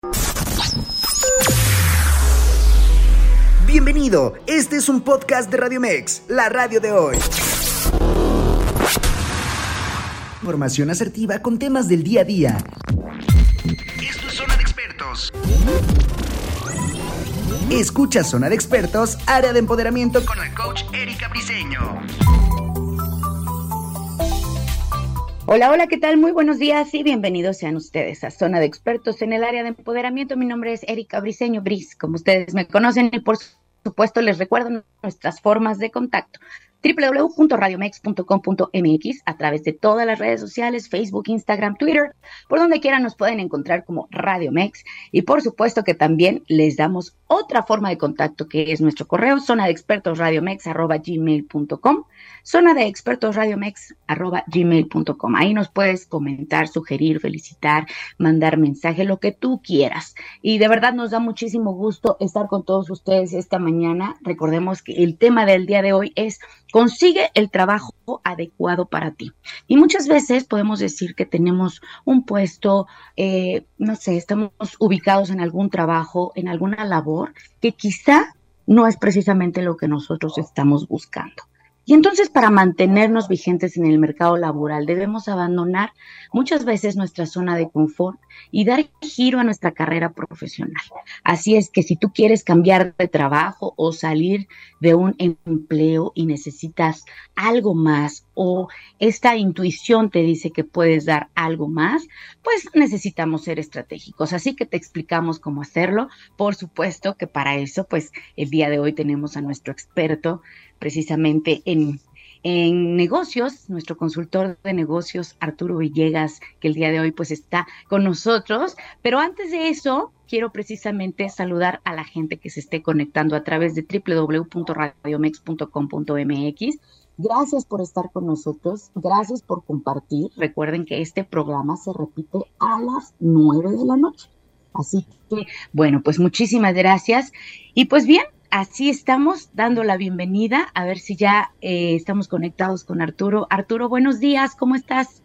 Bienvenido, este es un podcast de Radio Mex, la radio de hoy. Información asertiva con temas del día a día. Esto es Zona de Expertos. Escucha Zona de Expertos, área de empoderamiento con el coach Erika Briceño. Hola, ¿qué tal? Muy buenos días y bienvenidos sean ustedes a Zona de Expertos en el área de empoderamiento. Mi nombre es Erika Briceño, Brice, como ustedes me conocen, y por supuesto les recuerdo nuestras formas de contacto. www.radiomex.com.mx, a través de todas las redes sociales, Facebook, Instagram, Twitter, por donde quieran nos pueden encontrar como Radio Mex, y por supuesto que también les damos otra forma de contacto, que es nuestro correo, zonadeexpertosradiomex@gmail.com, zonadeexpertosradiomex@gmail.com. Ahí nos puedes comentar, sugerir, felicitar, mandar mensaje, lo que tú quieras, y de verdad nos da muchísimo gusto estar con todos ustedes esta mañana. Recordemos que el tema del día de hoy es: consigue el trabajo adecuado para ti. Y muchas veces podemos decir que tenemos un puesto, estamos ubicados en algún trabajo, en alguna labor, que quizá no es precisamente lo que nosotros estamos buscando. Y entonces, para mantenernos vigentes en el mercado laboral, debemos abandonar muchas veces nuestra zona de confort y dar giro a nuestra carrera profesional. Así es que si tú quieres cambiar de trabajo o salir de un empleo y necesitas algo más, o esta intuición te dice que puedes dar algo más, pues necesitamos ser estratégicos. Así que te explicamos cómo hacerlo. Por supuesto que para eso, pues el día de hoy tenemos a nuestro experto precisamente en negocios, nuestro consultor de negocios, Arturo Villegas, que el día de hoy pues está con nosotros. Pero antes de eso, quiero precisamente saludar a la gente que se esté conectando a través de www.radiomex.com.mx. Gracias por estar con nosotros, gracias por compartir. Recuerden que este programa se repite a las 9 de la noche. Así que, bueno, pues muchísimas gracias. Y pues bien, así estamos dando la bienvenida, a ver si ya estamos conectados con Arturo. Arturo, buenos días, ¿cómo estás?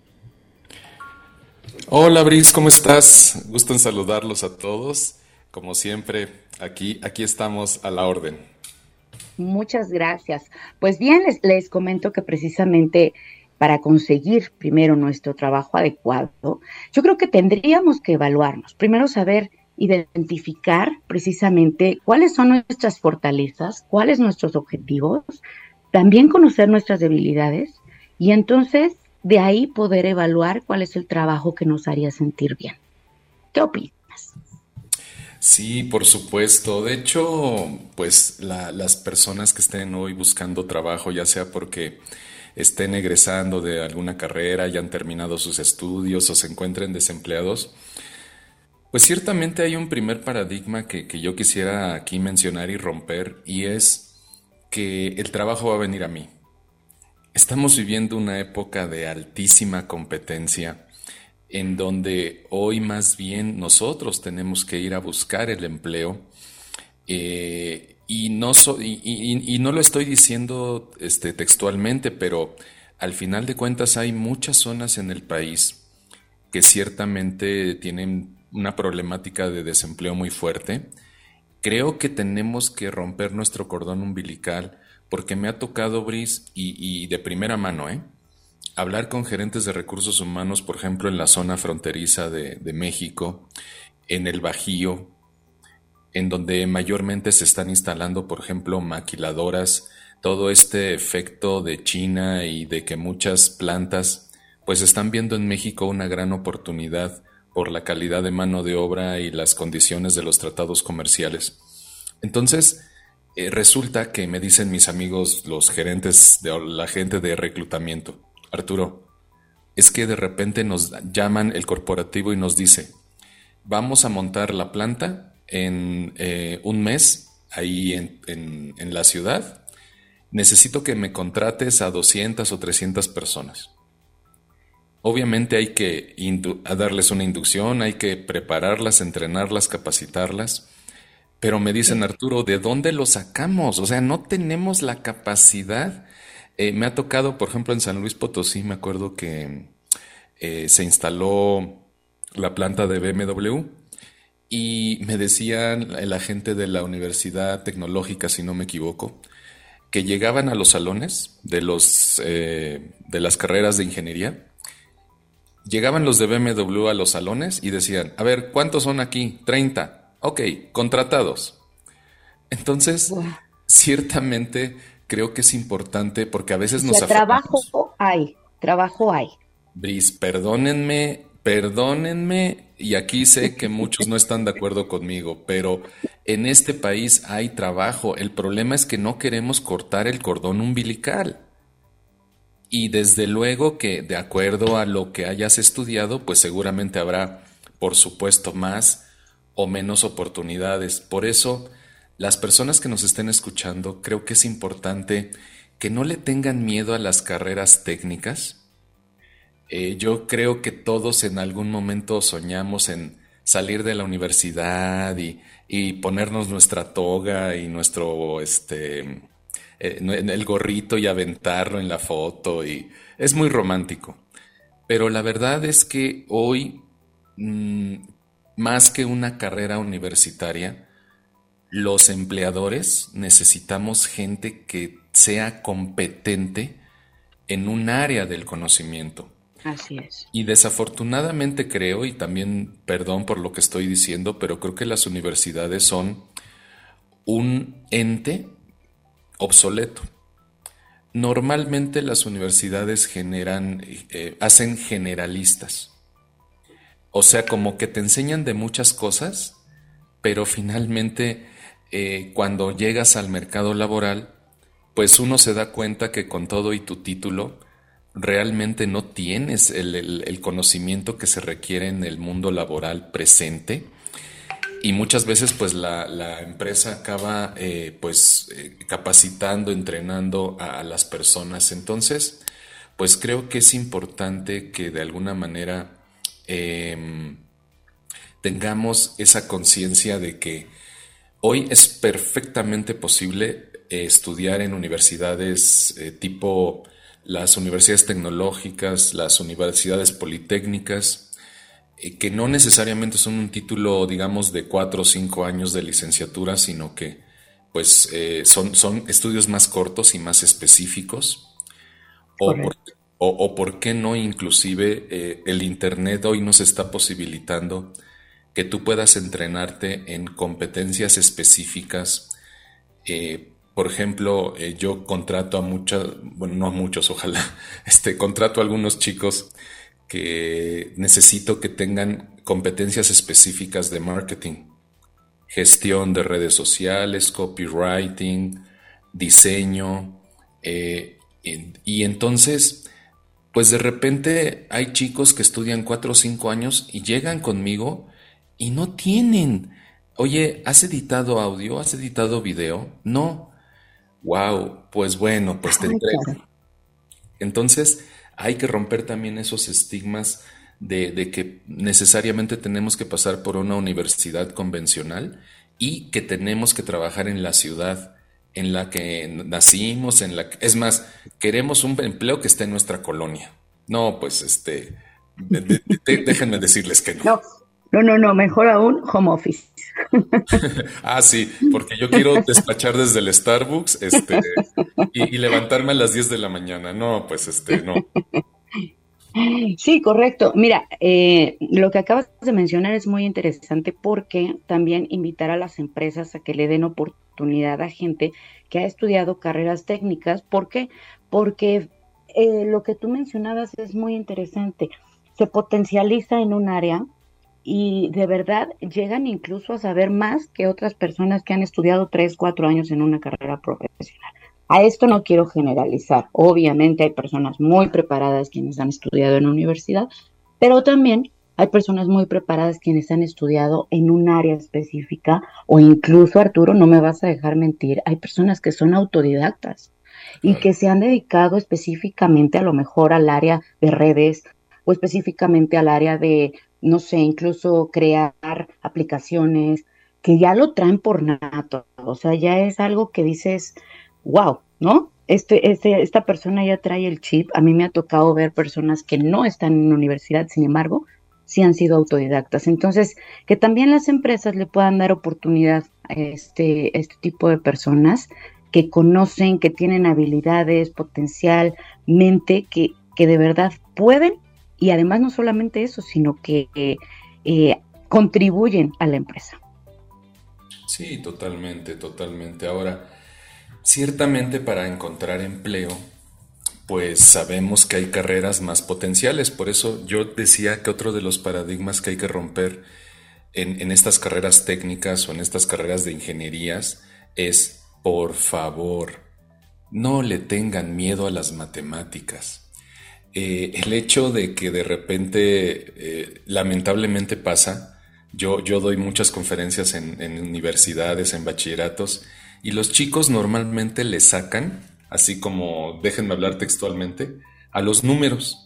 Hola, Brix, ¿cómo estás? Gusto en saludarlos a todos. Como siempre, aquí estamos a la orden. Muchas gracias. Pues bien, les comento que precisamente para conseguir primero nuestro trabajo adecuado, yo creo que tendríamos que evaluarnos. Primero saber identificar precisamente cuáles son nuestras fortalezas, cuáles nuestros objetivos, también conocer nuestras debilidades y entonces de ahí poder evaluar cuál es el trabajo que nos haría sentir bien. ¿Qué opinas? Sí, por supuesto. De hecho, pues las personas que estén hoy buscando trabajo, ya sea porque estén egresando de alguna carrera, ya han terminado sus estudios o se encuentren desempleados, pues ciertamente hay un primer paradigma que yo quisiera aquí mencionar y romper, y es que el trabajo va a venir a mí. Estamos viviendo una época de altísima competencia en donde hoy más bien nosotros tenemos que ir a buscar el empleo, y no lo estoy diciendo textualmente, pero al final de cuentas hay muchas zonas en el país que ciertamente tienen una problemática de desempleo muy fuerte. Creo que tenemos que romper nuestro cordón umbilical, porque me ha tocado, Brice, y de primera mano, hablar con gerentes de recursos humanos, por ejemplo, en la zona fronteriza de México, en el Bajío, en donde mayormente se están instalando, por ejemplo, maquiladoras, todo este efecto de China y de que muchas plantas pues están viendo en México una gran oportunidad por la calidad de mano de obra y las condiciones de los tratados comerciales. Entonces, resulta que me dicen mis amigos, los gerentes, la gente de reclutamiento: Arturo, es que de repente nos llaman el corporativo y nos dice: vamos a montar la planta en un mes ahí en la ciudad, necesito que me contrates a 200 o 300 personas. Obviamente hay que darles una inducción, hay que prepararlas, entrenarlas, capacitarlas, pero me dicen: Arturo, ¿de dónde lo sacamos? O sea, no tenemos la capacidad. Me ha tocado, por ejemplo, en San Luis Potosí, me acuerdo que se instaló la planta de BMW Y me decían la gente de la Universidad Tecnológica, si no me equivoco, que llegaban a los salones de las carreras de ingeniería. Llegaban los de BMW a los salones y decían, a ver, ¿cuántos son aquí? 30. Ok, contratados. Entonces, Wow. ciertamente creo que es importante porque a O veces nos sea, aferramos. trabajo hay. Bris, perdónenme, y aquí sé que muchos no están de acuerdo conmigo, pero en este país hay trabajo. El problema es que no queremos cortar el cordón umbilical. Y desde luego que de acuerdo a lo que hayas estudiado, pues seguramente habrá, por supuesto, más o menos oportunidades. Por eso, las personas que nos estén escuchando, creo que es importante que no le tengan miedo a las carreras técnicas. Yo creo que todos en algún momento soñamos en salir de la universidad y ponernos nuestra toga y nuestro, en el gorrito y aventarlo en la foto y es muy romántico. Pero la verdad es que hoy, mm, más que una carrera universitaria, los empleadores necesitamos gente que sea competente en un área del conocimiento. Así es. Y desafortunadamente creo, y también perdón por lo que estoy diciendo, pero creo que las universidades son un ente obsoleto. Normalmente las universidades hacen generalistas. O sea, como que te enseñan de muchas cosas, pero finalmente cuando llegas al mercado laboral, pues uno se da cuenta que con todo y tu título, realmente no tienes el conocimiento que se requiere en el mundo laboral presente y muchas veces pues la empresa acaba capacitando, entrenando a las personas. Entonces, pues creo que es importante que de alguna manera tengamos esa conciencia de que hoy es perfectamente posible estudiar en universidades tipo las universidades tecnológicas, las universidades politécnicas, que no necesariamente son un título, digamos, de 4 o 5 años de licenciatura, sino que pues son estudios más cortos y más específicos, o por, Correcto. o por qué no, inclusive el Internet hoy nos está posibilitando que tú puedas entrenarte en competencias específicas. Por ejemplo, yo contrato a muchas, bueno, no a muchos, ojalá, contrato a algunos chicos que necesito que tengan competencias específicas de marketing, gestión de redes sociales, copywriting, diseño, y entonces, pues de repente hay chicos que estudian 4 o 5 años y llegan conmigo y no tienen. Oye, ¿has editado audio? ¿Has editado video? No. Wow, pues bueno, pues te Ay, claro. entreno. Entonces, hay que romper también esos estigmas de que necesariamente tenemos que pasar por una universidad convencional y que tenemos que trabajar en la ciudad en la que nacimos, es más, queremos un empleo que esté en nuestra colonia. No, pues déjenme decirles que no. No, no, mejor aún, home office. Ah, sí, porque yo quiero despachar desde el Starbucks, y levantarme a las 10 de la mañana. No, pues no. Sí, correcto. Mira, lo que acabas de mencionar es muy interesante porque también invitar a las empresas a que le den oportunidad a gente que ha estudiado carreras técnicas. ¿Por qué? Porque lo que tú mencionabas es muy interesante. Se potencializa en un área y de verdad llegan incluso a saber más que otras personas que han estudiado 3, 4 años en una carrera profesional. A esto no quiero generalizar. Obviamente hay personas muy preparadas quienes han estudiado en la universidad, pero también hay personas muy preparadas quienes han estudiado en un área específica o incluso, Arturo, no me vas a dejar mentir, hay personas que son autodidactas y Claro. que se han dedicado específicamente a lo mejor al área de redes o específicamente al área de, no sé, incluso crear aplicaciones que ya lo traen por nato, o sea, ya es algo que dices, wow, ¿no? Esta persona ya trae el chip. A mí me ha tocado ver personas que no están en la universidad, sin embargo, sí han sido autodidactas. Entonces, que también las empresas le puedan dar oportunidad a este tipo de personas que conocen, que tienen habilidades, potencial, mente, que de verdad pueden, y además no solamente eso, sino que contribuyen a la empresa. Sí, totalmente, totalmente. Ahora, ciertamente para encontrar empleo, pues sabemos que hay carreras más potenciales. Por eso yo decía que otro de los paradigmas que hay que romper en estas carreras técnicas o en estas carreras de ingenierías es, por favor, no le tengan miedo a las matemáticas. El hecho de que de repente, lamentablemente pasa, yo doy muchas conferencias en universidades, en bachilleratos, y los chicos normalmente le sacan, así como, déjenme hablar textualmente, a los números.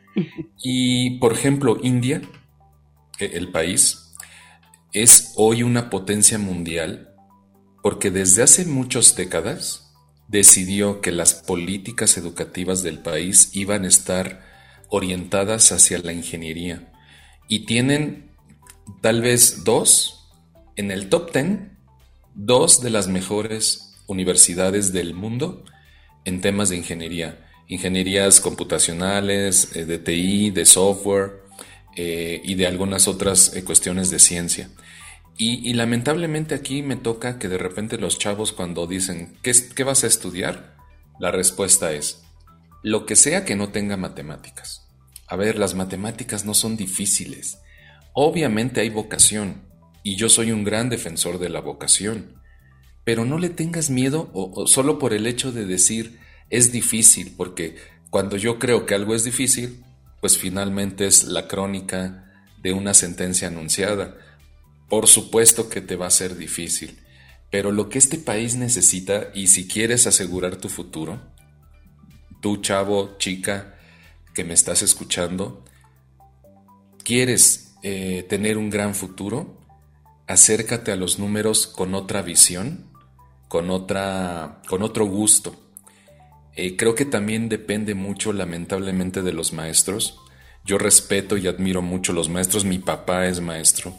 Y, por ejemplo, India, el país, es hoy una potencia mundial porque desde hace muchas décadas decidió que las políticas educativas del país iban a estar orientadas hacia la ingeniería. Y tienen tal vez en el top 10, dos de las mejores universidades del mundo en temas de ingeniería. Ingenierías computacionales, de TI, de software y de algunas otras cuestiones de ciencia. Y lamentablemente aquí me toca que de repente los chavos cuando dicen ¿qué vas a estudiar? La respuesta es lo que sea que no tenga matemáticas. A ver, las matemáticas no son difíciles. Obviamente hay vocación y yo soy un gran defensor de la vocación, pero no le tengas miedo o solo por el hecho de decir es difícil, porque cuando yo creo que algo es difícil, pues finalmente es la crónica de una sentencia anunciada. Por supuesto que te va a ser difícil, pero lo que este país necesita, y si quieres asegurar tu futuro, tú chavo, chica, que me estás escuchando, quieres tener un gran futuro, acércate a los números con otra visión, con otro gusto. Creo que también depende mucho, lamentablemente, de los maestros. Yo respeto y admiro mucho a los maestros, mi papá es maestro,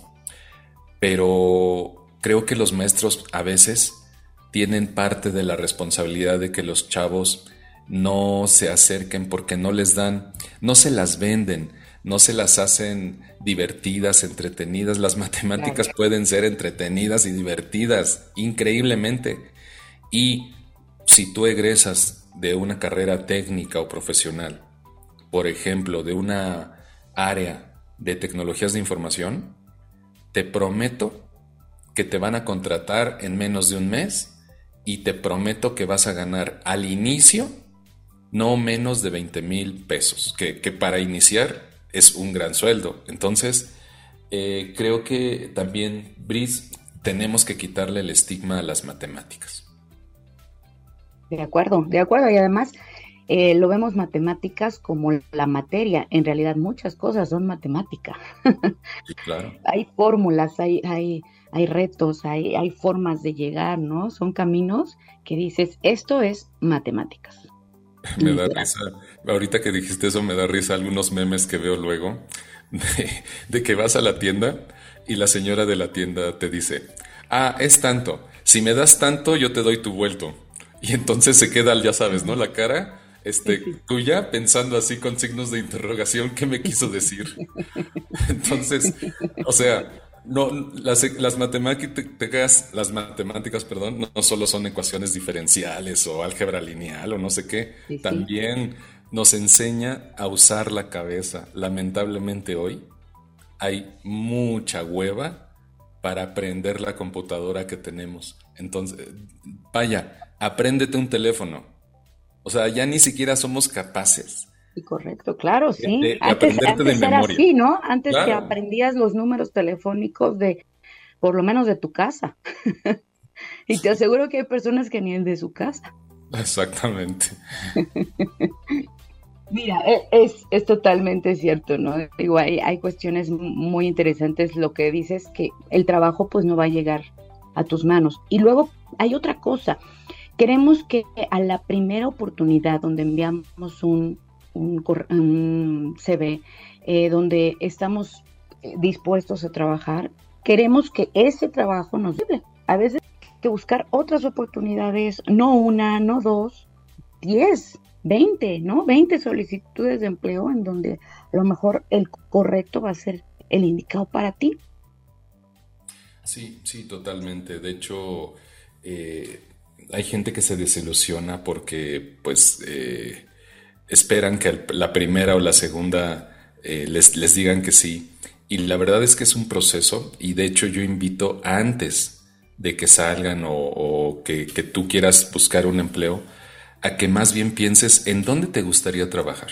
pero creo que los maestros a veces tienen parte de la responsabilidad de que los chavos no se acerquen porque no les dan, no se las venden, no se las hacen divertidas, entretenidas. Las matemáticas pueden ser entretenidas y divertidas, increíblemente. Y si tú egresas de una carrera técnica o profesional, por ejemplo, de una área de tecnologías de información, te prometo que te van a contratar en menos de un mes y te prometo que vas a ganar al inicio no menos de 20,000 pesos, que para iniciar es un gran sueldo. Entonces, creo que también, Bris, tenemos que quitarle el estigma a las matemáticas. De acuerdo, y además lo vemos matemáticas como la materia. En realidad muchas cosas son matemática. Sí, claro. Hay fórmulas, hay retos, hay formas de llegar, ¿no? Son caminos que dices, esto es matemáticas. Me da risa, ahorita que dijiste eso me da risa algunos memes que veo luego de que vas a la tienda y la señora de la tienda te dice, es tanto, si me das tanto yo te doy tu vuelto. Y entonces se queda, ya sabes, ¿no? La cara tuya pensando así con signos de interrogación, ¿qué me quiso decir? Entonces, o sea, no, las matemáticas, perdón, no solo son ecuaciones diferenciales o álgebra lineal o no sé qué, también nos enseña a usar la cabeza. Lamentablemente hoy hay mucha hueva para aprender la computadora que tenemos. Entonces, vaya, apréndete un teléfono. O sea, ya ni siquiera somos capaces. Sí, correcto, claro, sí. De aprenderte de era memoria. así, ¿no? Antes Claro. que aprendías los números telefónicos por lo menos de tu casa. Y te aseguro que hay personas que ni el de su casa. Exactamente. Mira, es totalmente cierto, ¿no? Digo, hay cuestiones muy interesantes. Lo que dices, que el trabajo pues no va a llegar a tus manos. Y luego hay otra cosa. Queremos que a la primera oportunidad donde enviamos un CV, donde estamos dispuestos a trabajar, queremos que ese trabajo nos lleve. A veces hay que buscar otras oportunidades, no una, no dos, 10, 20, ¿no? 20 solicitudes de empleo en donde a lo mejor el correcto va a ser el indicado para ti. Sí, sí, totalmente. De hecho, hay gente que se desilusiona porque, pues, esperan que la primera o la segunda les digan que sí. Y la verdad es que es un proceso y de hecho yo invito antes de que salgan o que tú quieras buscar un empleo a que más bien pienses en dónde te gustaría trabajar.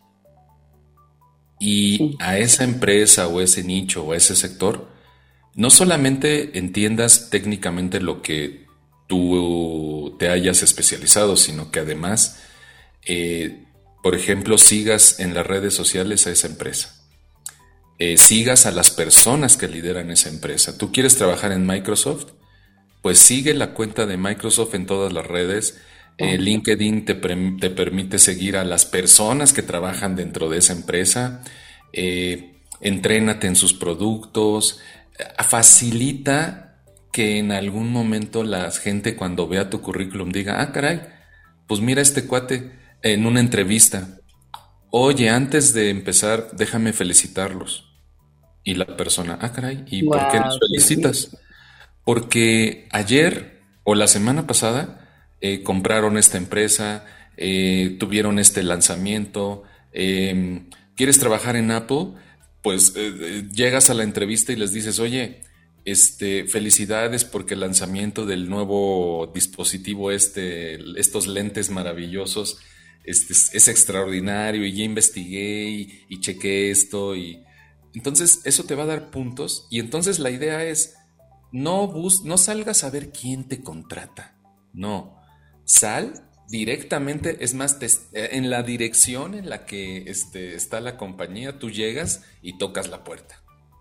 Y Sí. a esa empresa o ese nicho o a ese sector, no solamente entiendas técnicamente lo que tú te hayas especializado, sino que además, por ejemplo, sigas en las redes sociales a esa empresa. Sigas a las personas que lideran esa empresa. ¿Tú quieres trabajar en Microsoft? Pues sigue la cuenta de Microsoft en todas las redes. Claro. LinkedIn te permite seguir a las personas que trabajan dentro de esa empresa. Entrénate en sus productos. Facilita que en algún momento la gente cuando vea tu currículum diga, ah, caray, pues mira este cuate en una entrevista. Oye, antes de empezar, déjame felicitarlos. Y la persona, ah, caray, ¿y por qué los Wow, sí, sí. felicitas? Porque ayer o la semana pasada compraron esta empresa, tuvieron este lanzamiento. ¿Quieres trabajar en Apple? Pues llegas a la entrevista y les dices, oye, felicidades porque el lanzamiento del nuevo dispositivo estos lentes maravillosos, es extraordinario y ya investigué y chequé esto y entonces eso te va a dar puntos y entonces la idea es no salgas a ver quién te contrata, no, sal directamente, es más, en la dirección en la que está la compañía, tú llegas y tocas la puerta.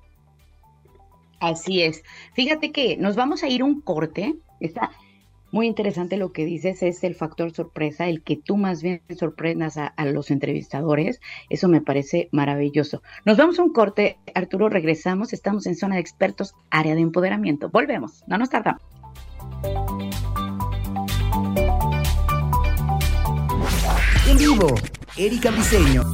Así es. Fíjate que nos vamos a ir un corte. Está muy interesante lo que dices, es el factor sorpresa, el que tú más bien sorprendas a los entrevistadores. Eso me parece maravilloso. Nos vamos a un corte, Arturo, regresamos. Estamos en Zona de Expertos, área de empoderamiento. Volvemos, no nos tardamos. En vivo, Erika Briseño.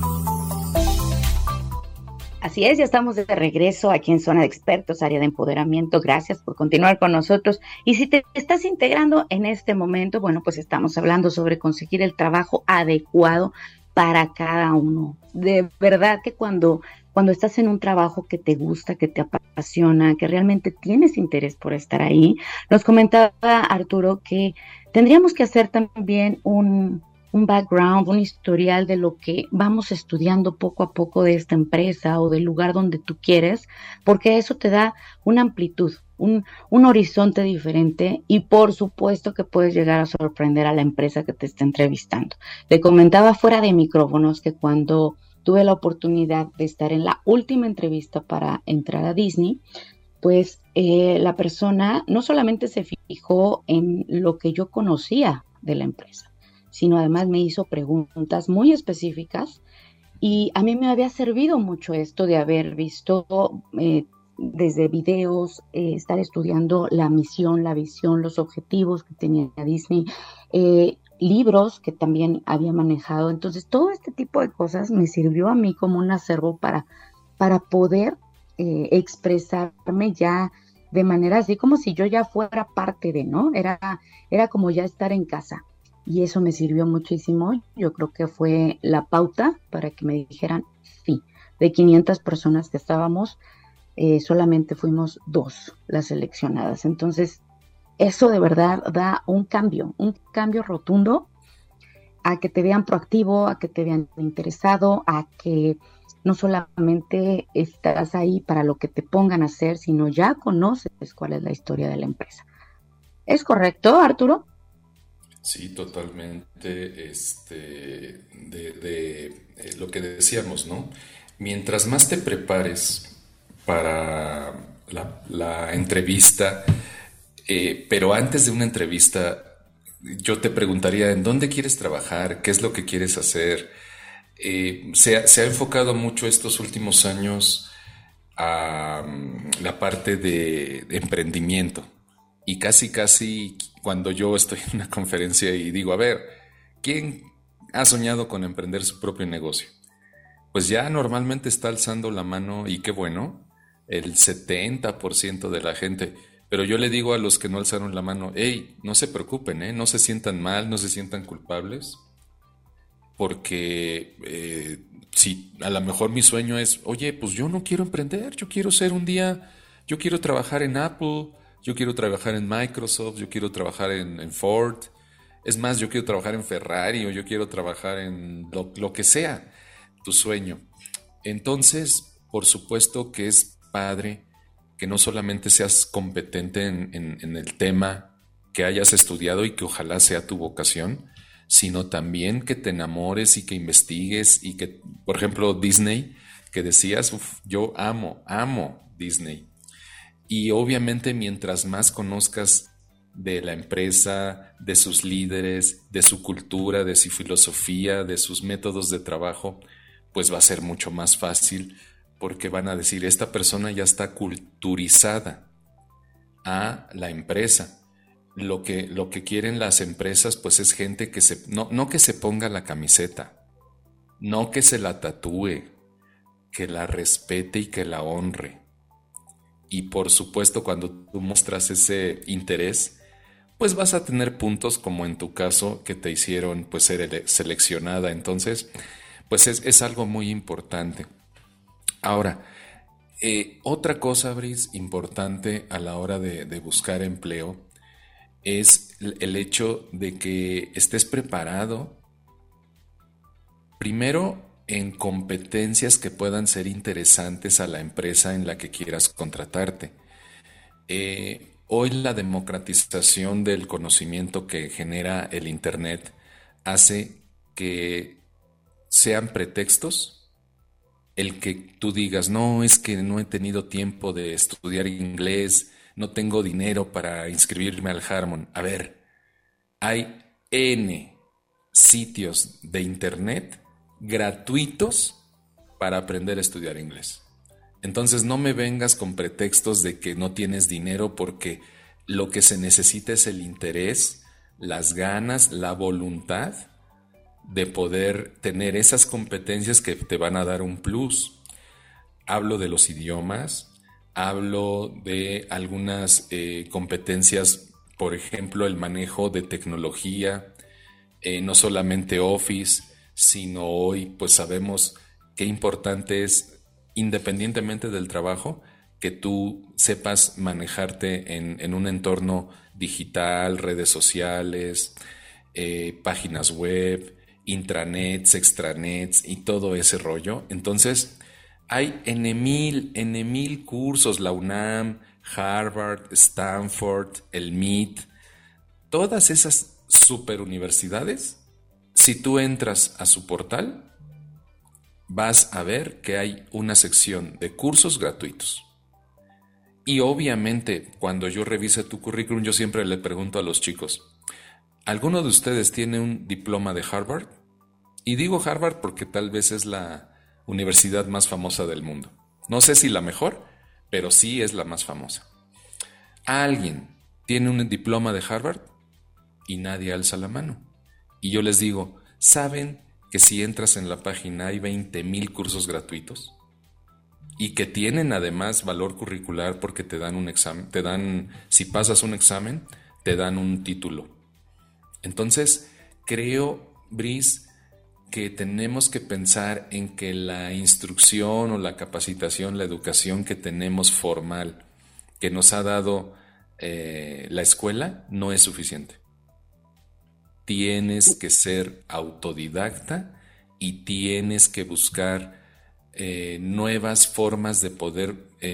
Así es, ya estamos de regreso aquí en Zona de Expertos, área de empoderamiento. Gracias por continuar con nosotros. Y si te estás integrando en este momento, bueno, pues estamos hablando sobre conseguir el trabajo adecuado para cada uno. De verdad que cuando estás en un trabajo que te gusta, que te apasiona, que realmente tienes interés por estar ahí, nos comentaba Arturo que tendríamos que hacer también un background, un historial de lo que vamos estudiando poco a poco de esta empresa o del lugar donde tú quieres, porque eso te da una amplitud, un horizonte diferente y por supuesto que puedes llegar a sorprender a la empresa que te está entrevistando. Le comentaba fuera de micrófonos que cuando tuve la oportunidad de estar en la última entrevista para entrar a Disney, pues la persona no solamente se fijó en lo que yo conocía de la empresa, sino además me hizo preguntas muy específicas y a mí me había servido mucho esto de haber visto desde videos, estar estudiando la misión, la visión, los objetivos que tenía Disney, libros que también había manejado. Entonces todo este tipo de cosas me sirvió a mí como un acervo para poder expresarme ya de manera así como si yo ya fuera parte de, ¿no? Era como ya estar en casa. Y eso me sirvió muchísimo. Yo creo que fue la pauta para que me dijeran sí. De 500 personas que estábamos, solamente fuimos 2 las seleccionadas. Entonces, eso de verdad da un cambio rotundo a que te vean proactivo, a que te vean interesado, a que no solamente estás ahí para lo que te pongan a hacer, sino ya conoces cuál es la historia de la empresa. ¿Es correcto, Arturo? Sí, totalmente, lo que decíamos, ¿no? Mientras más te prepares para la entrevista, pero antes de una entrevista, yo te preguntaría, ¿en dónde quieres trabajar? ¿Qué es lo que quieres hacer? Se ha enfocado mucho estos últimos años a la parte de emprendimiento. Y casi cuando yo estoy en una conferencia y digo, a ver, ¿quién ha soñado con emprender su propio negocio? Pues ya normalmente está alzando la mano y qué bueno, el 70% de la gente. Pero yo le digo a los que no alzaron la mano, hey, no se preocupen, no se sientan mal, no se sientan culpables, porque si a lo mejor mi sueño es, oye, pues yo no quiero emprender, yo quiero ser un día, yo quiero trabajar en Apple, yo quiero trabajar en Microsoft, yo quiero trabajar en Ford, es más, yo quiero trabajar en Ferrari o yo quiero trabajar en lo que sea tu sueño. Entonces, por supuesto que es padre que no solamente seas competente en el tema que hayas estudiado y que ojalá sea tu vocación, sino también que te enamores y que investigues y que, por ejemplo, Disney, que decías, yo amo Disney. Y obviamente mientras más conozcas de la empresa, de sus líderes, de su cultura, de su filosofía, de sus métodos de trabajo, pues va a ser mucho más fácil porque van a decir, esta persona ya está culturizada a la empresa. Lo que quieren las empresas pues es gente que no que se ponga la camiseta, no que se la tatúe, que la respete y que la honre. Y por supuesto cuando tú muestras ese interés, pues vas a tener puntos como en tu caso que te hicieron pues ser seleccionada. Entonces, pues es algo muy importante. Ahora, otra cosa, Brice, importante a la hora de buscar empleo es el hecho de que estés preparado primero en competencias que puedan ser interesantes a la empresa en la que quieras contratarte. Hoy la democratización del conocimiento que genera el Internet hace que sean pretextos el que tú digas, no, es que no he tenido tiempo de estudiar inglés, no tengo dinero para inscribirme al Harmon. A ver, hay N sitios de Internet gratuitos para aprender a estudiar inglés. Entonces no me vengas con pretextos de que no tienes dinero porque lo que se necesita es el interés, las ganas, la voluntad de poder tener esas competencias que te van a dar un plus. Hablo de los idiomas, hablo de algunas competencias, por ejemplo, el manejo de tecnología, no solamente Office, sino hoy pues sabemos qué importante es, independientemente del trabajo, que tú sepas manejarte en un entorno digital, redes sociales, páginas web, intranets, extranets y todo ese rollo. Entonces, hay N mil cursos, la UNAM, Harvard, Stanford, el MIT, todas esas super universidades. Si tú entras a su portal, vas a ver que hay una sección de cursos gratuitos. Y obviamente, cuando yo revise tu currículum, yo siempre le pregunto a los chicos, ¿alguno de ustedes tiene un diploma de Harvard? Y digo Harvard porque tal vez es la universidad más famosa del mundo. No sé si la mejor, pero sí es la más famosa. ¿Alguien tiene un diploma de Harvard? Y nadie alza la mano. Y yo les digo, ¿saben que si entras en la página hay 20,000 cursos gratuitos? Y que tienen además valor curricular porque te dan un examen, si pasas un examen, te dan un título. Entonces, creo, Brice, que tenemos que pensar en que la instrucción o la capacitación, la educación que tenemos formal, que nos ha dado la escuela, no es suficiente. Tienes que ser autodidacta y tienes que buscar nuevas formas de poder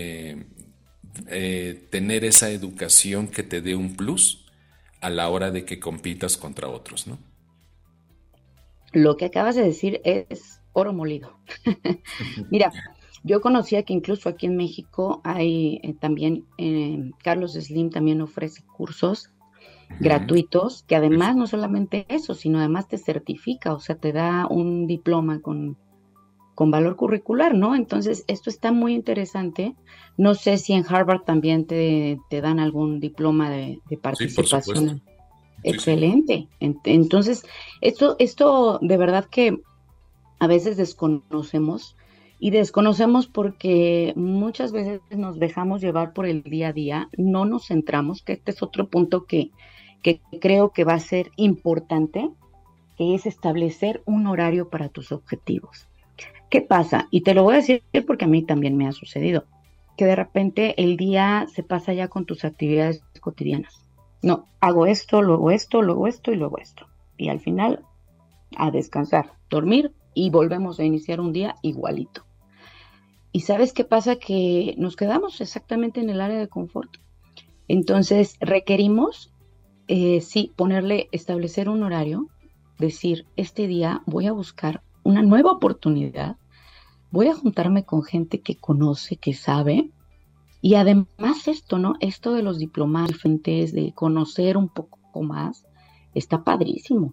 tener esa educación que te dé un plus a la hora de que compitas contra otros, ¿no? Lo que acabas de decir es oro molido. Mira, yo conocía que incluso aquí en México hay también, Carlos Slim también ofrece cursos gratuitos, que además no solamente eso, sino además te certifica, o sea, te da un diploma con con valor curricular, ¿no? Entonces, esto está muy interesante. No sé si en Harvard también te dan algún diploma de Sí, por supuesto. participación. Sí, sí. Excelente. Entonces, esto de verdad que a veces desconocemos y desconocemos porque muchas veces nos dejamos llevar por el día a día, no nos centramos, que este es otro punto que creo que va a ser importante, que es establecer un horario para tus objetivos. ¿Qué pasa? Y te lo voy a decir porque a mí también me ha sucedido, que de repente el día se pasa ya con tus actividades cotidianas. No, hago esto, luego esto, luego esto y luego esto. Y al final, a descansar, dormir y volvemos a iniciar un día igualito. ¿Y sabes qué pasa? Que nos quedamos exactamente en el área de confort. Entonces, requerimos, sí, establecer un horario, decir, este día voy a buscar una nueva oportunidad, voy a juntarme con gente que conoce, que sabe, y además esto, ¿no? Esto de los diplomados diferentes, de conocer un poco más, está padrísimo.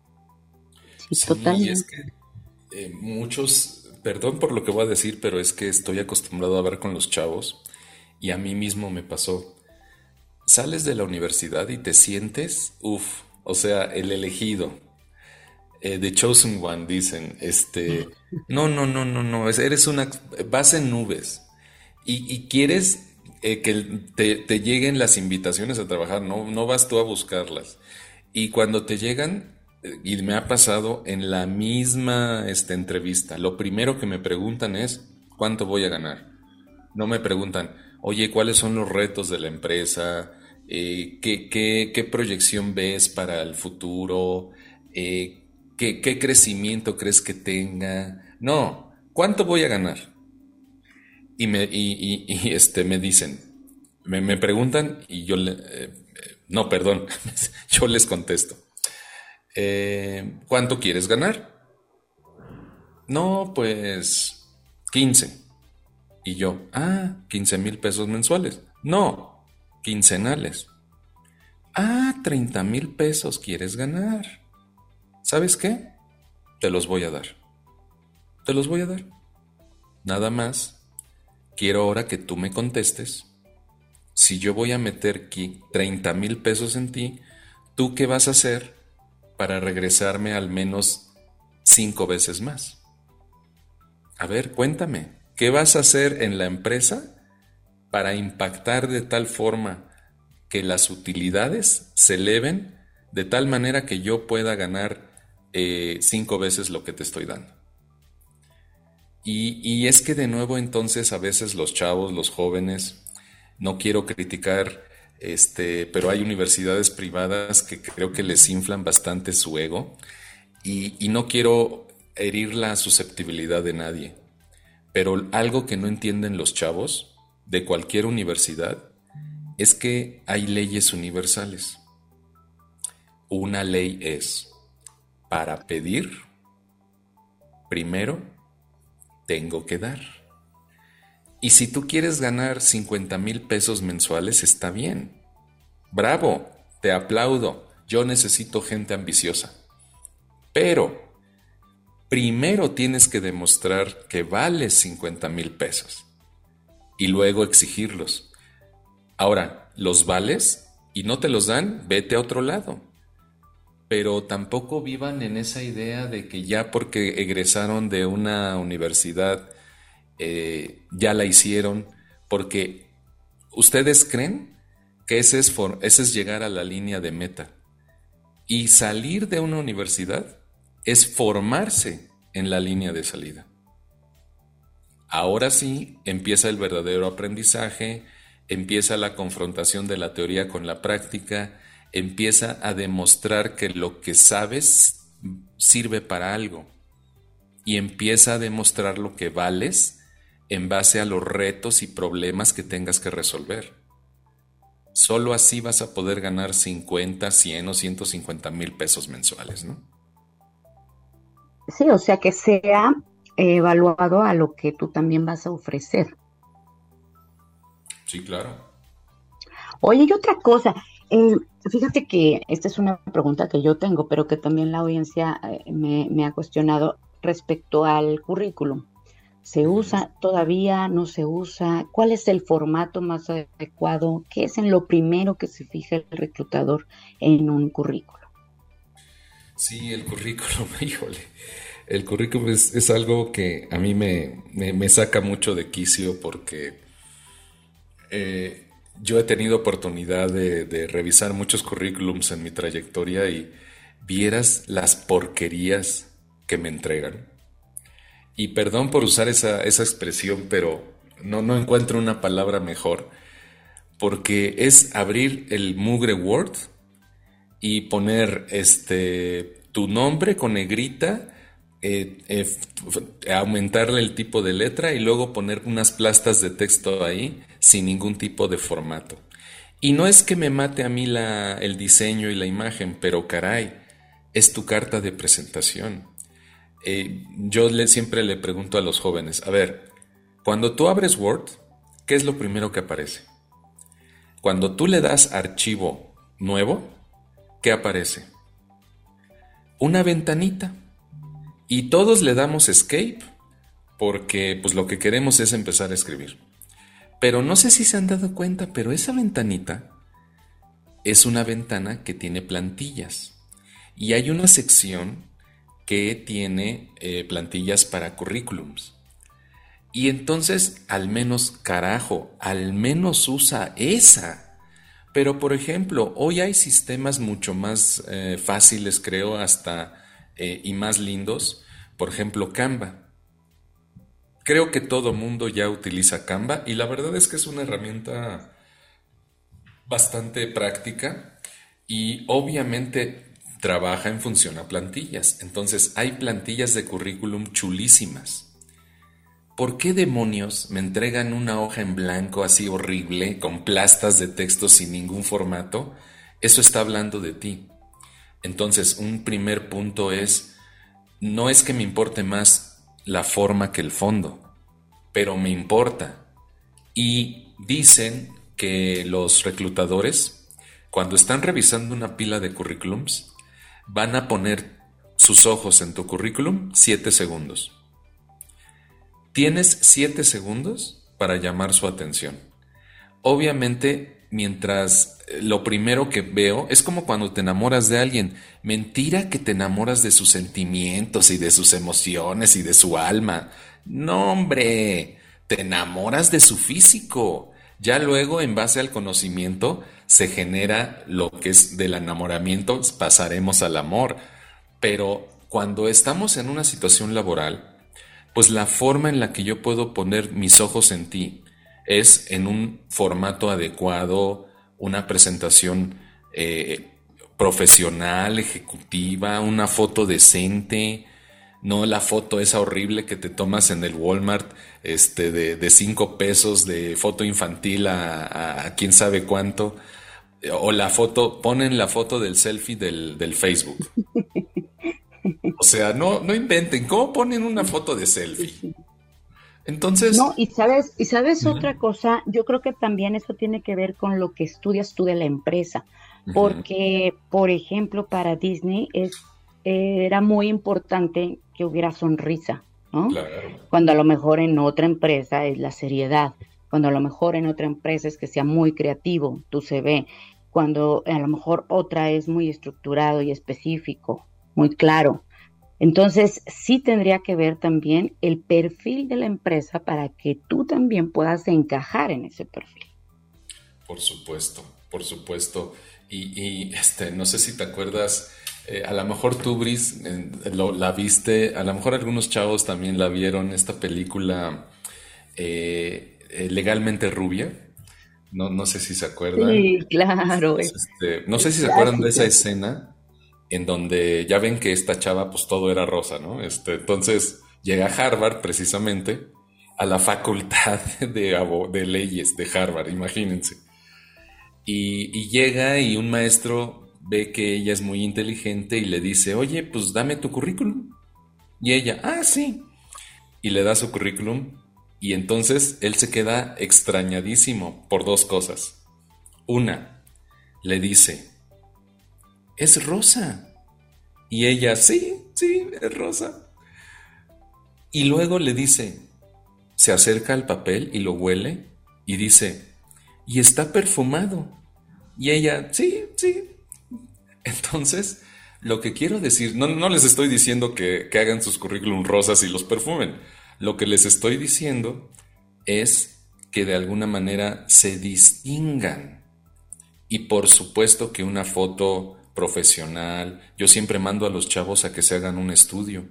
Sí, Sí, es totalmente. que muchos, perdón por lo que voy a decir, pero es que estoy acostumbrado a ver con los chavos y a mí mismo me pasó. Sales de la universidad y te sientes, uff, o sea, el elegido, the chosen one, dicen, no, no, no, no, no, eres una, vas en nubes y quieres que te lleguen las invitaciones a trabajar, no, no vas tú a buscarlas. Y cuando te llegan, y me ha pasado en la misma entrevista, lo primero que me preguntan es, ¿cuánto voy a ganar? No me preguntan, oye, ¿cuáles son los retos de la empresa? ¿Qué proyección ves para el futuro? ¿Qué crecimiento crees que tenga? No, ¿cuánto voy a ganar? Me dicen, me preguntan y no, perdón, yo les contesto, ¿cuánto quieres ganar? No, pues 15. Y yo, 15,000 pesos mensuales. No, quincenales. 30,000 pesos quieres ganar. ¿Sabes qué? Te los voy a dar. Te los voy a dar. Nada más, quiero ahora que tú me contestes. Si yo voy a meter aquí 30,000 pesos en ti, ¿tú qué vas a hacer para regresarme al menos 5 veces más? A ver, cuéntame, ¿qué vas a hacer en la empresa para impactar de tal forma que las utilidades se eleven de tal manera que yo pueda ganar 5 veces lo que te estoy dando? Y es que de nuevo entonces a veces los chavos, los jóvenes, no quiero criticar, pero hay universidades privadas que creo que les inflan bastante su ego y no quiero herir la susceptibilidad de nadie. Pero algo que no entienden los chavos de cualquier universidad es que hay leyes universales. Una ley es, para pedir, primero tengo que dar. Y si tú quieres ganar 50,000 pesos mensuales, está bien. Bravo, te aplaudo. Yo necesito gente ambiciosa. Pero primero tienes que demostrar que vales 50,000 pesos y luego exigirlos. Ahora, ¿los vales y no te los dan? Vete a otro lado. Pero tampoco vivan en esa idea de que ya porque egresaron de una universidad ya la hicieron, porque ustedes creen que ese es llegar a la línea de meta. Y salir de una universidad es formarse en la línea de salida. Ahora sí empieza el verdadero aprendizaje, empieza la confrontación de la teoría con la práctica, empieza a demostrar que lo que sabes sirve para algo y empieza a demostrar lo que vales en base a los retos y problemas que tengas que resolver. Solo así vas a poder ganar 50, 100 o 150,000 pesos mensuales, ¿no? Sí, o sea, que sea evaluado a lo que tú también vas a ofrecer. Sí, claro. Oye, y otra cosa, eh, fíjate que esta es una pregunta que yo tengo, pero que también la audiencia me ha cuestionado respecto al currículum. ¿Se usa todavía? ¿No se usa? ¿Cuál es el formato más adecuado? ¿Qué es en lo primero que se fija el reclutador en un currículo? Sí, el currículum, híjole. El currículum es algo que a mí me saca mucho de quicio porque yo he tenido oportunidad de revisar muchos currículums en mi trayectoria y vieras las porquerías que me entregan. Y perdón por usar esa expresión, pero no encuentro una palabra mejor, porque es abrir el mugre Word y poner tu nombre con negrita, aumentarle el tipo de letra y luego poner unas plastas de texto ahí sin ningún tipo de formato. Y no es que me mate a mí el diseño y la imagen, pero caray, es tu carta de presentación. Yo siempre le pregunto a los jóvenes, a ver, cuando tú abres Word, ¿qué es lo primero que aparece? Cuando tú le das archivo nuevo, ¿qué aparece? Una ventanita. Y todos le damos escape porque pues lo que queremos es empezar a escribir. Pero no sé si se han dado cuenta, pero esa ventanita es una ventana que tiene plantillas. Y hay una sección que tiene plantillas para currículums. Y entonces, al menos, carajo, al menos usa esa. Pero, por ejemplo, hoy hay sistemas mucho más fáciles, creo, hasta y más lindos. Por ejemplo, Canva. Creo que todo mundo ya utiliza Canva y la verdad es que es una herramienta bastante práctica y obviamente trabaja en función a plantillas. Entonces, hay plantillas de currículum chulísimas. ¿Por qué demonios me entregan una hoja en blanco así horrible, con plastas de texto sin ningún formato? Eso está hablando de ti. Entonces, un primer punto es, no es que me importe más la forma que el fondo, pero me importa. Y dicen que los reclutadores, cuando están revisando una pila de currículums, van a poner sus ojos en tu currículum 7 segundos. Tienes 7 segundos para llamar su atención. Obviamente, mientras lo primero que veo es como cuando te enamoras de alguien. Mentira que te enamoras de sus sentimientos y de sus emociones y de su alma. No, hombre, te enamoras de su físico. Ya luego, en base al conocimiento, se genera lo que es del enamoramiento, pasaremos al amor. Pero cuando estamos en una situación laboral, pues la forma en la que yo puedo poner mis ojos en ti es en un formato adecuado, una presentación profesional, ejecutiva, una foto decente, no la foto esa horrible que te tomas en el Walmart de 5 pesos de foto infantil a quién sabe cuánto, o la foto, ponen la foto del selfie del Facebook. O sea, no inventen, ¿cómo ponen una foto de selfie? Entonces, No, y sabes uh-huh, otra cosa, yo creo que también eso tiene que ver con lo que estudias tú de la empresa, uh-huh, porque, por ejemplo, para Disney era muy importante que hubiera sonrisa, ¿no? claro, Cuando a lo mejor en otra empresa es la seriedad, cuando a lo mejor en otra empresa es que sea muy creativo, tu CV, cuando a lo mejor otra es muy estructurado y específico, muy claro. Entonces, sí tendría que ver también el perfil de la empresa para que tú también puedas encajar en ese perfil. por supuesto, por supuesto. No sé si te acuerdas, a lo mejor tú, Bris, la viste, a lo mejor algunos chavos también la vieron, esta película Legalmente Rubia. No sé si se acuerdan. Sí, claro, No sé es si se acuerdan de esa clásica. escena en donde ya ven que esta chava pues todo era rosa, ¿no? Entonces llega a Harvard precisamente, a la facultad de leyes de Harvard, imagínense. Y llega y un maestro ve que ella es muy inteligente y le dice, oye, pues dame tu currículum. Y ella, ah, sí. Y le da su currículum y entonces él se queda extrañadísimo por 2 cosas. Una, le dice, es rosa. Y ella, sí, sí, es rosa. Y luego le dice, se acerca al papel y lo huele y dice, y está perfumado. Y ella, sí, sí. Entonces, lo que quiero decir, no les estoy diciendo que hagan sus currículum rosas y los perfumen. Lo que les estoy diciendo es que de alguna manera se distingan. Y por supuesto que una foto profesional, yo siempre mando a los chavos a que se hagan un estudio.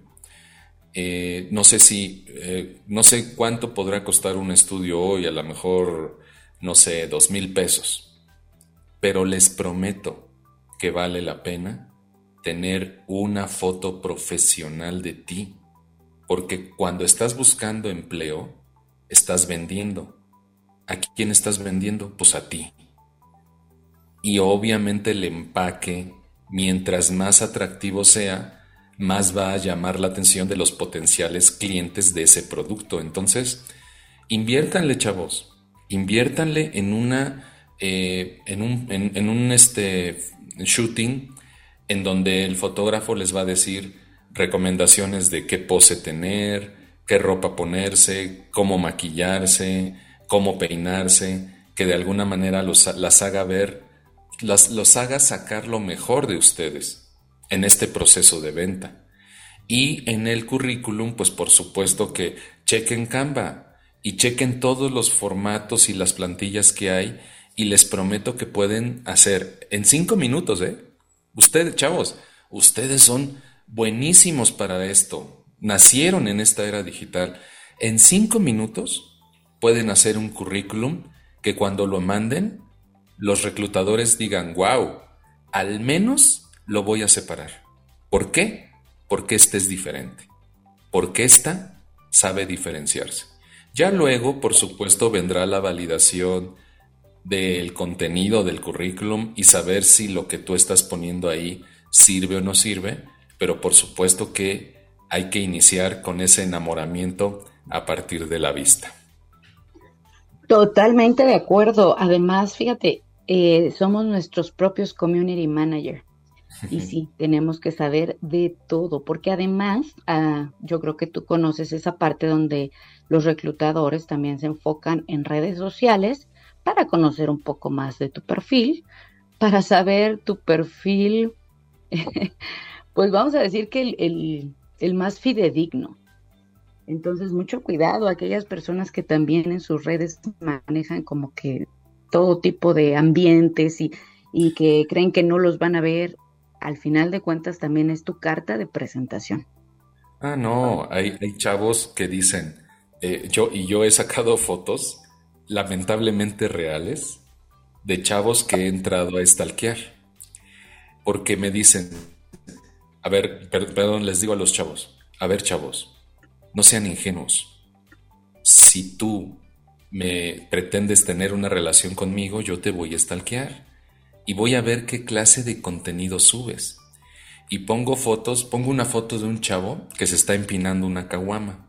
No sé cuánto podrá costar un estudio hoy, a lo mejor, no sé, 2,000 pesos. Pero les prometo que vale la pena tener una foto profesional de ti, porque cuando estás buscando empleo, estás vendiendo. ¿A quién estás vendiendo? Pues a ti. Y obviamente el empaque, mientras más atractivo sea, más va a llamar la atención de los potenciales clientes de ese producto. Entonces, inviértanle, chavos, inviértanle en un shooting en donde el fotógrafo les va a decir recomendaciones de qué pose tener, qué ropa ponerse, cómo maquillarse, cómo peinarse, que de alguna manera los haga sacar lo mejor de ustedes en este proceso de venta. Y en el currículum, pues por supuesto que chequen Canva y chequen todos los formatos y las plantillas que hay, y les prometo que pueden hacer en 5 minutos, Ustedes, chavos, ustedes son buenísimos para esto. Nacieron en esta era digital. En 5 minutos pueden hacer un currículum que cuando lo manden, los reclutadores digan, wow, al menos lo voy a separar. ¿Por qué? Porque este es diferente. Porque esta sabe diferenciarse. Ya luego, por supuesto, vendrá la validación del contenido del currículum y saber si lo que tú estás poniendo ahí sirve o no sirve, pero por supuesto que hay que iniciar con ese enamoramiento a partir de la vista. Totalmente de acuerdo. Además, fíjate, somos nuestros propios community manager. Y sí, tenemos que saber de todo, porque además, yo creo que tú conoces esa parte donde los reclutadores también se enfocan en redes sociales para conocer un poco más de tu perfil, para saber tu perfil, pues vamos a decir que el más fidedigno. Entonces, mucho cuidado a aquellas personas que también en sus redes manejan como que todo tipo de ambientes y que creen que no los van a ver. Al final de cuentas también es tu carta de presentación. Ah, no, hay chavos que dicen, yo he sacado fotos lamentablemente reales de chavos que he entrado a stalkear, porque me dicen, a ver, perdón, les digo a los chavos, a ver, chavos, no sean ingenuos. Si tú me pretendes tener una relación conmigo, yo te voy a stalkear y voy a ver qué clase de contenido subes. Y pongo una foto de un chavo que se está empinando una caguama.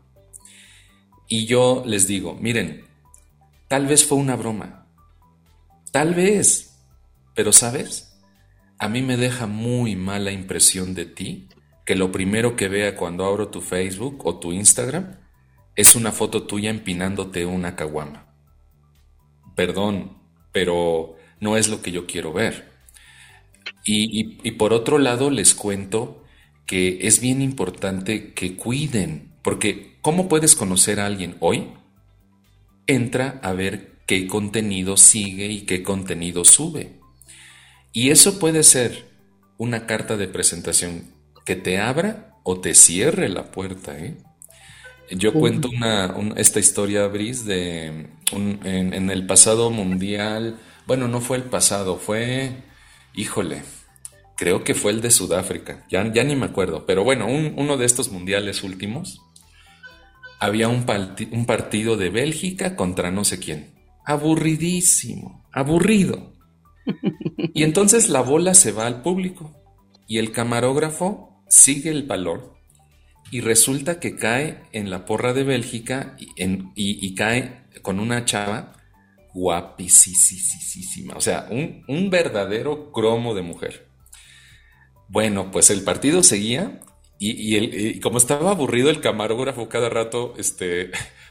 Y yo les digo, miren, tal vez fue una broma, tal vez, pero ¿sabes? A mí me deja muy mala impresión de ti que lo primero que vea cuando abro tu Facebook o tu Instagram es una foto tuya empinándote una caguama. Perdón, pero no es lo que yo quiero ver. Y por otro lado les cuento que es bien importante que cuiden, porque ¿cómo puedes conocer a alguien hoy? Entra a ver qué contenido sigue y qué contenido sube. Y eso puede ser una carta de presentación que te abra o te cierre la puerta, Yo cuento esta historia, Bris, en el pasado mundial. Bueno, no fue el pasado, híjole, creo que fue el de Sudáfrica, ya ni me acuerdo, pero bueno, uno de estos mundiales últimos, había un partido de Bélgica contra no sé quién, aburridísimo, aburrido, y entonces la bola se va al público, y el camarógrafo sigue el balón, y resulta que cae en la porra de Bélgica, y cae con una chava guapísima, o sea, un verdadero cromo de mujer. Bueno, pues el partido seguía y como estaba aburrido el camarógrafo cada rato,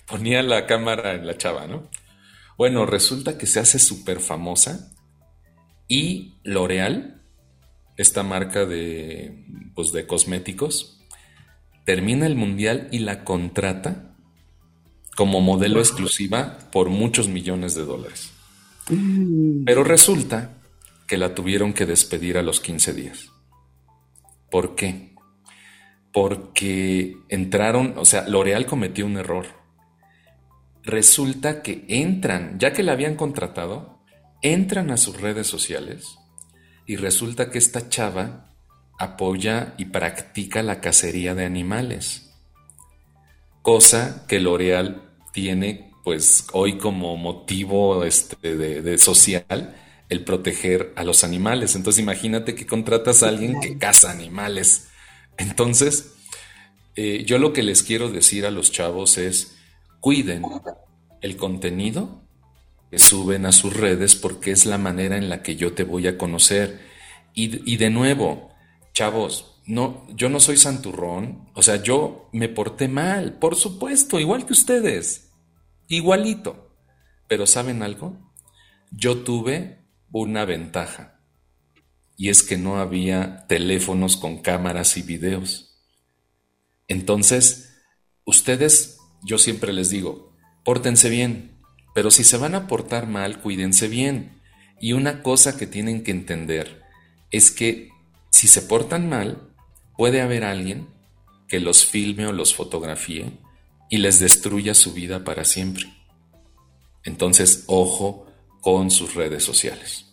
ponía la cámara en la chava, ¿no? Bueno, resulta que se hace súper famosa y L'Oréal, esta marca de cosméticos, termina el mundial y la contrata como modelo exclusiva por muchos millones de dólares. Pero resulta que la tuvieron que despedir a los 15 días. ¿Por qué? Porque entraron, o sea, L'Oréal cometió un error. Resulta que entran, ya que la habían contratado, entran a sus redes sociales y resulta que esta chava apoya y practica la cacería de animales. Cosa que L'Oréal tiene pues hoy como motivo de social el proteger a los animales. Entonces imagínate que contratas a alguien que caza animales. Entonces, yo lo que les quiero decir a los chavos es, cuiden el contenido que suben a sus redes porque es la manera en la que yo te voy a conocer. Y de nuevo, chavos, no, yo no soy santurrón, o sea, yo me porté mal, por supuesto, igual que ustedes, igualito. Pero ¿saben algo? Yo tuve una ventaja y es que no había teléfonos con cámaras y videos. Entonces, ustedes, yo siempre les digo, pórtense bien, pero si se van a portar mal, cuídense bien. Y una cosa que tienen que entender es que si se portan mal, puede haber alguien que los filme o los fotografíe y les destruya su vida para siempre. Entonces, ojo con sus redes sociales.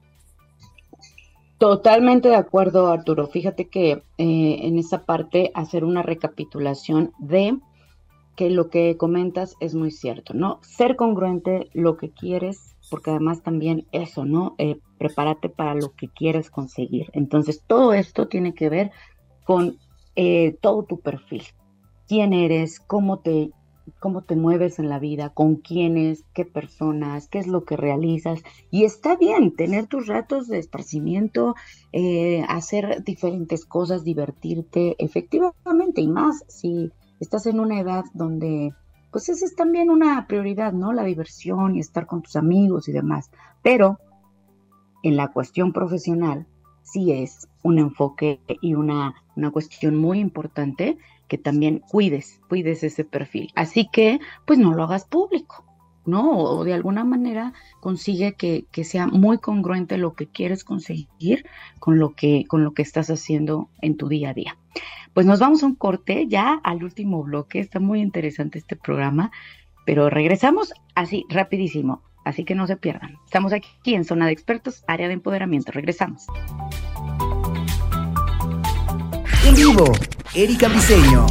Totalmente de acuerdo, Arturo. Fíjate que en esa parte hacer una recapitulación de que lo que comentas es muy cierto, ¿no? Ser congruente lo que quieres, porque además también eso, ¿no? Prepárate para lo que quieres conseguir. Entonces, todo esto tiene que ver con todo tu perfil. ¿Quién eres? ¿Cómo te mueves en la vida? ¿Con quiénes? ¿Qué personas? ¿Qué es lo que realizas? Y está bien tener tus ratos de esparcimiento, hacer diferentes cosas, divertirte, efectivamente, y más si estás en una edad donde, pues esa es también una prioridad, ¿no? La diversión y estar con tus amigos y demás. Pero en la cuestión profesional sí es un enfoque y una cuestión muy importante que también cuides ese perfil. Así que, pues no lo hagas público, ¿no? O de alguna manera consigue que sea muy congruente lo que quieres conseguir con lo que estás haciendo en tu día a día. Pues nos vamos a un corte ya al último bloque. Está muy interesante este programa, pero regresamos así rapidísimo, así que no se pierdan. Estamos aquí en Zona de Expertos, área de empoderamiento. Regresamos. En vivo, Erika Briceño.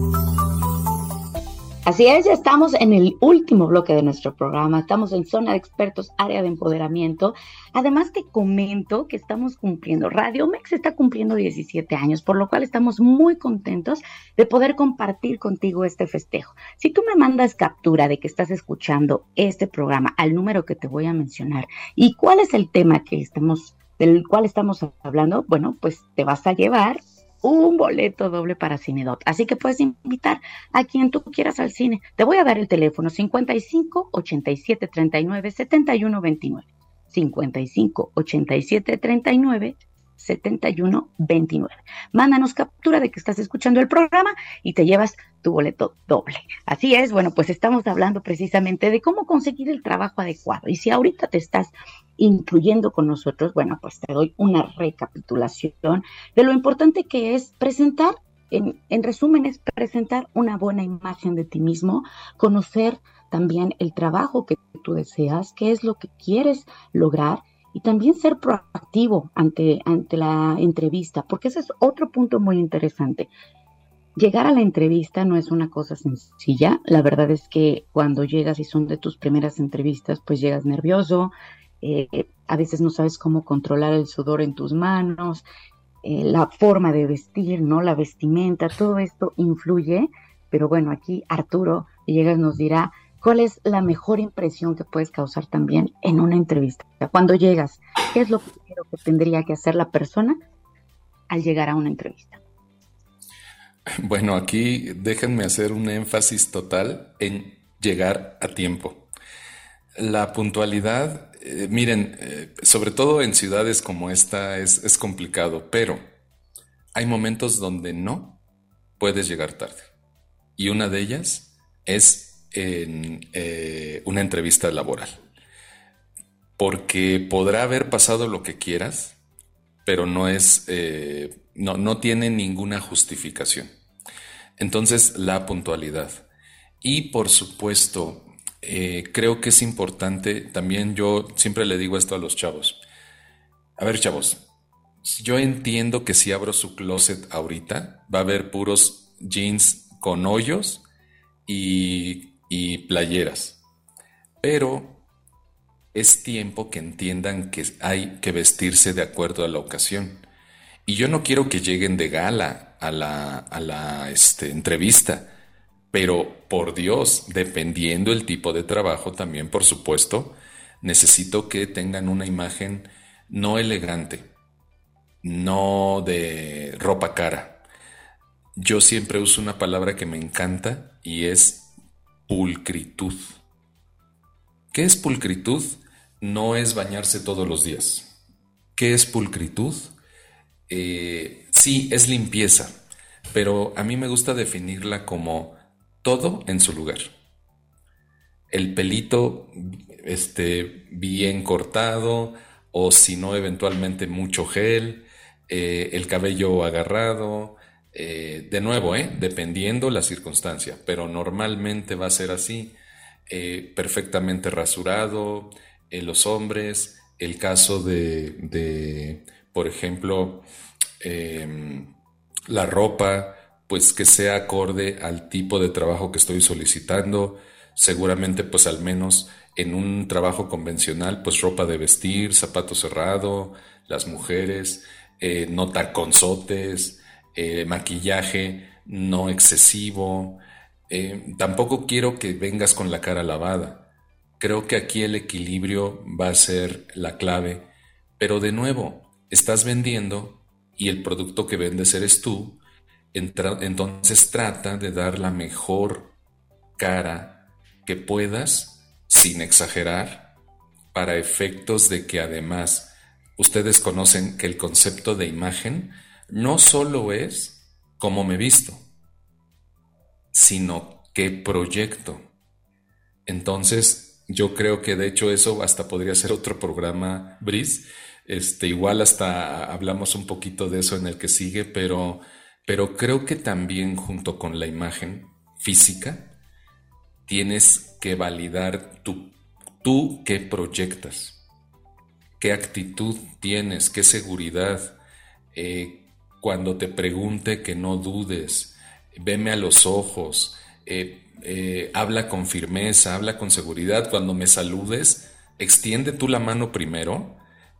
Así es, ya estamos en el último bloque de nuestro programa, estamos en Zona de Expertos, área de empoderamiento. Además te comento que estamos cumpliendo, Radio Mex está cumpliendo 17 años, por lo cual estamos muy contentos de poder compartir contigo este festejo. Si tú me mandas captura de que estás escuchando este programa al número que te voy a mencionar y cuál es el tema del cual estamos hablando, bueno, pues te vas a llevar un boleto doble para Cinedot. Así que puedes invitar a quien tú quieras al cine. Te voy a dar el teléfono 55 87 39 71 29. 55 87 39 71 29. Mándanos captura de que estás escuchando el programa y te llevas tu boleto doble. Así es, bueno, pues estamos hablando precisamente de cómo conseguir el trabajo adecuado. Y si ahorita te estás incluyendo con nosotros, bueno, pues te doy una recapitulación de lo importante que es presentar, en resumen, es presentar una buena imagen de ti mismo, conocer también el trabajo que tú deseas, qué es lo que quieres lograr y también ser proactivo ante la entrevista, porque ese es otro punto muy interesante. Llegar a la entrevista no es una cosa sencilla. La verdad es que cuando llegas y son de tus primeras entrevistas, pues llegas nervioso, a veces no sabes cómo controlar el sudor en tus manos, la forma de vestir, ¿no? La vestimenta, todo esto influye, pero bueno, aquí Arturo Villegas nos dirá cuál es la mejor impresión que puedes causar también en una entrevista. Cuando llegas, ¿qué es lo primero que tendría que hacer la persona al llegar a una entrevista? Bueno, aquí déjenme hacer un énfasis total en llegar a tiempo. La puntualidad, miren, sobre todo en ciudades como esta es complicado, pero hay momentos donde no puedes llegar tarde. Y una de ellas es en una entrevista laboral. Porque podrá haber pasado lo que quieras, pero no tiene ninguna justificación. Entonces, la puntualidad. Y por supuesto, creo que es importante, también yo siempre le digo esto a los chavos. A ver, chavos, yo entiendo que si abro su closet ahorita, va a haber puros jeans con hoyos y playeras. Pero es tiempo que entiendan que hay que vestirse de acuerdo a la ocasión. Y yo no quiero que lleguen de gala a la entrevista, pero por Dios, dependiendo el tipo de trabajo también, por supuesto, necesito que tengan una imagen no elegante, no de ropa cara. Yo siempre uso una palabra que me encanta y es pulcritud. ¿Qué es pulcritud? No es bañarse todos los días. ¿Qué es pulcritud? Sí, es limpieza, pero a mí me gusta definirla como todo en su lugar. El pelito bien cortado, o si no, eventualmente mucho gel, el cabello agarrado, de nuevo, dependiendo la circunstancia, pero normalmente va a ser así, perfectamente rasurado, los hombres, el caso por ejemplo, la ropa, pues que sea acorde al tipo de trabajo que estoy solicitando. Seguramente, pues al menos en un trabajo convencional, pues ropa de vestir, zapato cerrado, las mujeres, no taconzotes, maquillaje no excesivo. Tampoco quiero que vengas con la cara lavada. Creo que aquí el equilibrio va a ser la clave, pero de nuevo, estás vendiendo y el producto que vendes eres tú, entonces trata de dar la mejor cara que puedas, sin exagerar, para efectos de que además ustedes conocen que el concepto de imagen no solo es cómo me visto, sino qué proyecto. Entonces, yo creo que de hecho eso hasta podría ser otro programa, Brice. Igual hasta hablamos un poquito de eso en el que sigue, pero creo que también junto con la imagen física tienes que validar tú qué proyectas, qué actitud tienes, qué seguridad. Cuando te pregunte, que no dudes, veme a los ojos, habla con firmeza, habla con seguridad. Cuando me saludes, extiende tú la mano primero,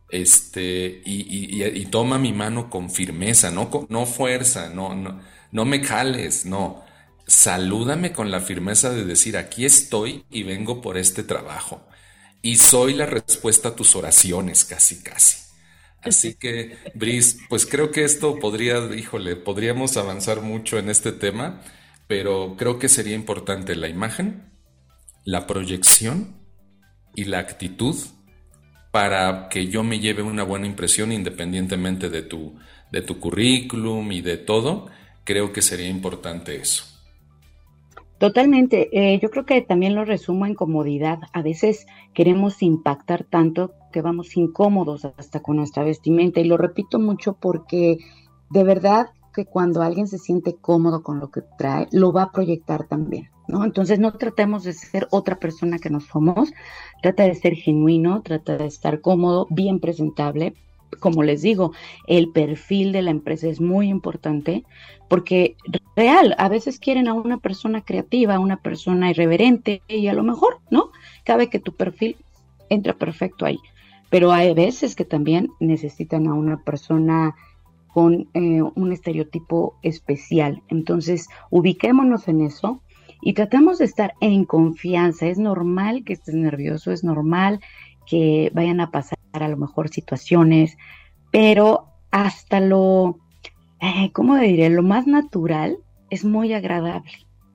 y toma mi mano con firmeza, no fuerza, no me jales, no. Salúdame con la firmeza de decir, aquí estoy y vengo por este trabajo. Y soy la respuesta a tus oraciones, casi. Así que, Brice, pues creo que esto podríamos avanzar mucho en este tema, pero creo que sería importante la imagen, la proyección y la actitud para que yo me lleve una buena impresión independientemente de tu currículum y de todo. Creo que sería importante eso. Totalmente. Yo creo que también lo resumo en comodidad. A veces queremos impactar tanto que vamos incómodos hasta con nuestra vestimenta, y lo repito mucho porque de verdad que cuando alguien se siente cómodo con lo que trae, lo va a proyectar también, ¿no? Entonces no tratemos de ser otra persona que no somos, trata de ser genuino, trata de estar cómodo, bien presentable. Como les digo, el perfil de la empresa es muy importante porque real, a veces quieren a una persona creativa, a una persona irreverente, y a lo mejor, ¿no? Cabe que tu perfil entra perfecto ahí, pero hay veces que también necesitan a una persona con un estereotipo especial. Entonces, ubiquémonos en eso y tratamos de estar en confianza. Es normal que estés nervioso, es normal que vayan a pasar a lo mejor situaciones, pero hasta ¿cómo diré? Lo más natural es muy agradable.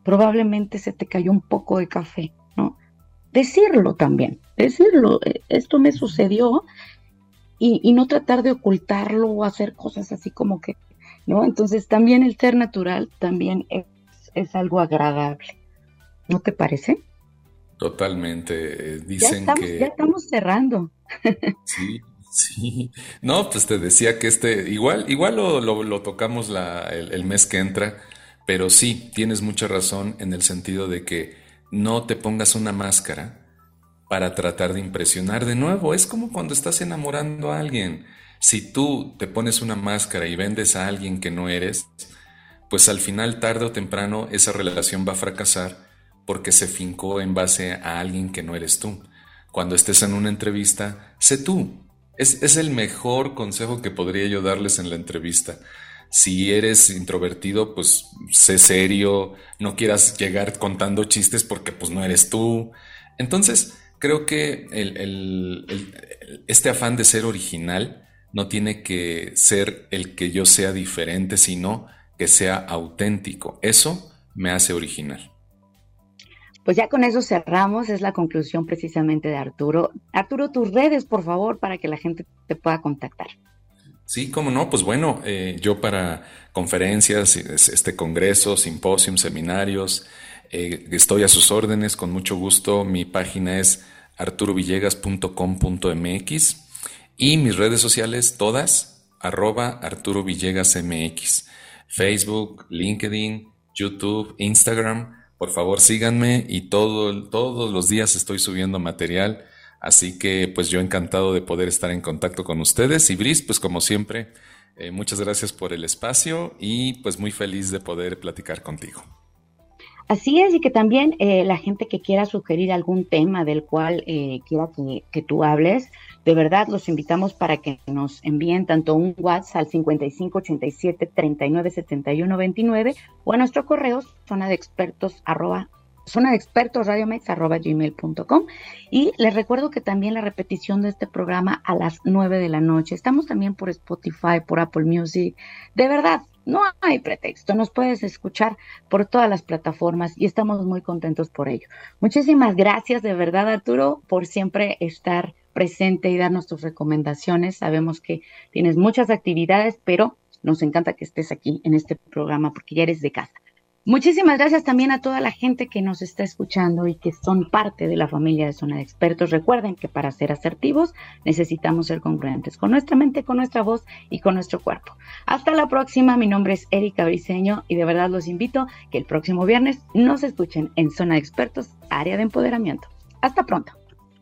probablemente se te cayó un poco de café, ¿no? Decirlo también, esto me sucedió y no tratar de ocultarlo o hacer cosas así como que, ¿no? Entonces también el ser natural también es algo agradable, ¿no te parece? Totalmente. Dicen Ya que estamos cerrando. sí, sí. No, pues te decía que igual lo tocamos el mes que entra, pero sí, tienes mucha razón en el sentido de que no te pongas una máscara para tratar de impresionar de nuevo. Es como cuando estás enamorando a alguien. Si tú te pones una máscara y vendes a alguien que no eres, pues al final, tarde o temprano, esa relación va a fracasar porque se fincó en base a alguien que no eres tú. Cuando estés en una entrevista, sé tú. Es el mejor consejo que podría yo darles en la entrevista. Si eres introvertido, pues sé serio, no quieras llegar contando chistes porque pues no eres tú. Entonces, creo que este afán de ser original no tiene que ser el que yo sea diferente, sino que sea auténtico. Eso me hace original. Pues ya con eso cerramos, es la conclusión precisamente de Arturo. Arturo, tus redes, por favor, para que la gente te pueda contactar. Sí, cómo no, pues bueno, yo para conferencias, congresos, simposios, seminarios, estoy a sus órdenes, con mucho gusto. Mi página es arturovillegas.com.mx y mis redes sociales todas, @ArturoVillegasMX, Facebook, LinkedIn, YouTube, Instagram. Por favor, síganme y todos los días estoy subiendo material. Así que pues yo encantado de poder estar en contacto con ustedes. Y Bris, pues como siempre, muchas gracias por el espacio y pues muy feliz de poder platicar contigo. Así es, y que también la gente que quiera sugerir algún tema del cual quiera que tú hables, de verdad los invitamos para que nos envíen tanto un WhatsApp al 5587-397129 o a nuestro correo zonadeexpertos@gmail.com. Y les recuerdo que también la repetición de este programa a las 9 de la noche. Estamos también por Spotify, por Apple Music. De verdad, no hay pretexto, nos puedes escuchar por todas las plataformas y estamos muy contentos por ello. Muchísimas gracias de verdad, Arturo, por siempre estar presente y darnos tus recomendaciones. Sabemos que tienes muchas actividades, pero nos encanta que estés aquí en este programa porque ya eres de casa. Muchísimas gracias también a toda la gente que nos está escuchando y que son parte de la familia de Zona de Expertos. Recuerden que para ser asertivos necesitamos ser congruentes con nuestra mente, con nuestra voz y con nuestro cuerpo. Hasta la próxima, mi nombre es Erika Briceño y de verdad los invito que el próximo viernes nos escuchen en Zona de Expertos, área de empoderamiento. Hasta pronto.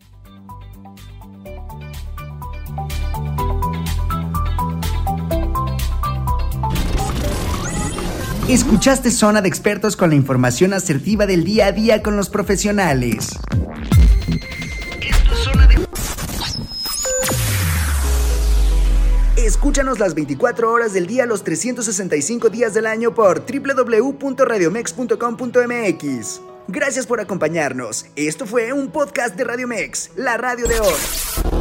Escuchaste Zona de Expertos con la información asertiva del día a día con los profesionales. Esto es Zona de... Escúchanos las 24 horas del día, los 365 días del año por www.radiomex.com.mx. Gracias por acompañarnos. Esto fue un podcast de Radio Mex, la radio de hoy.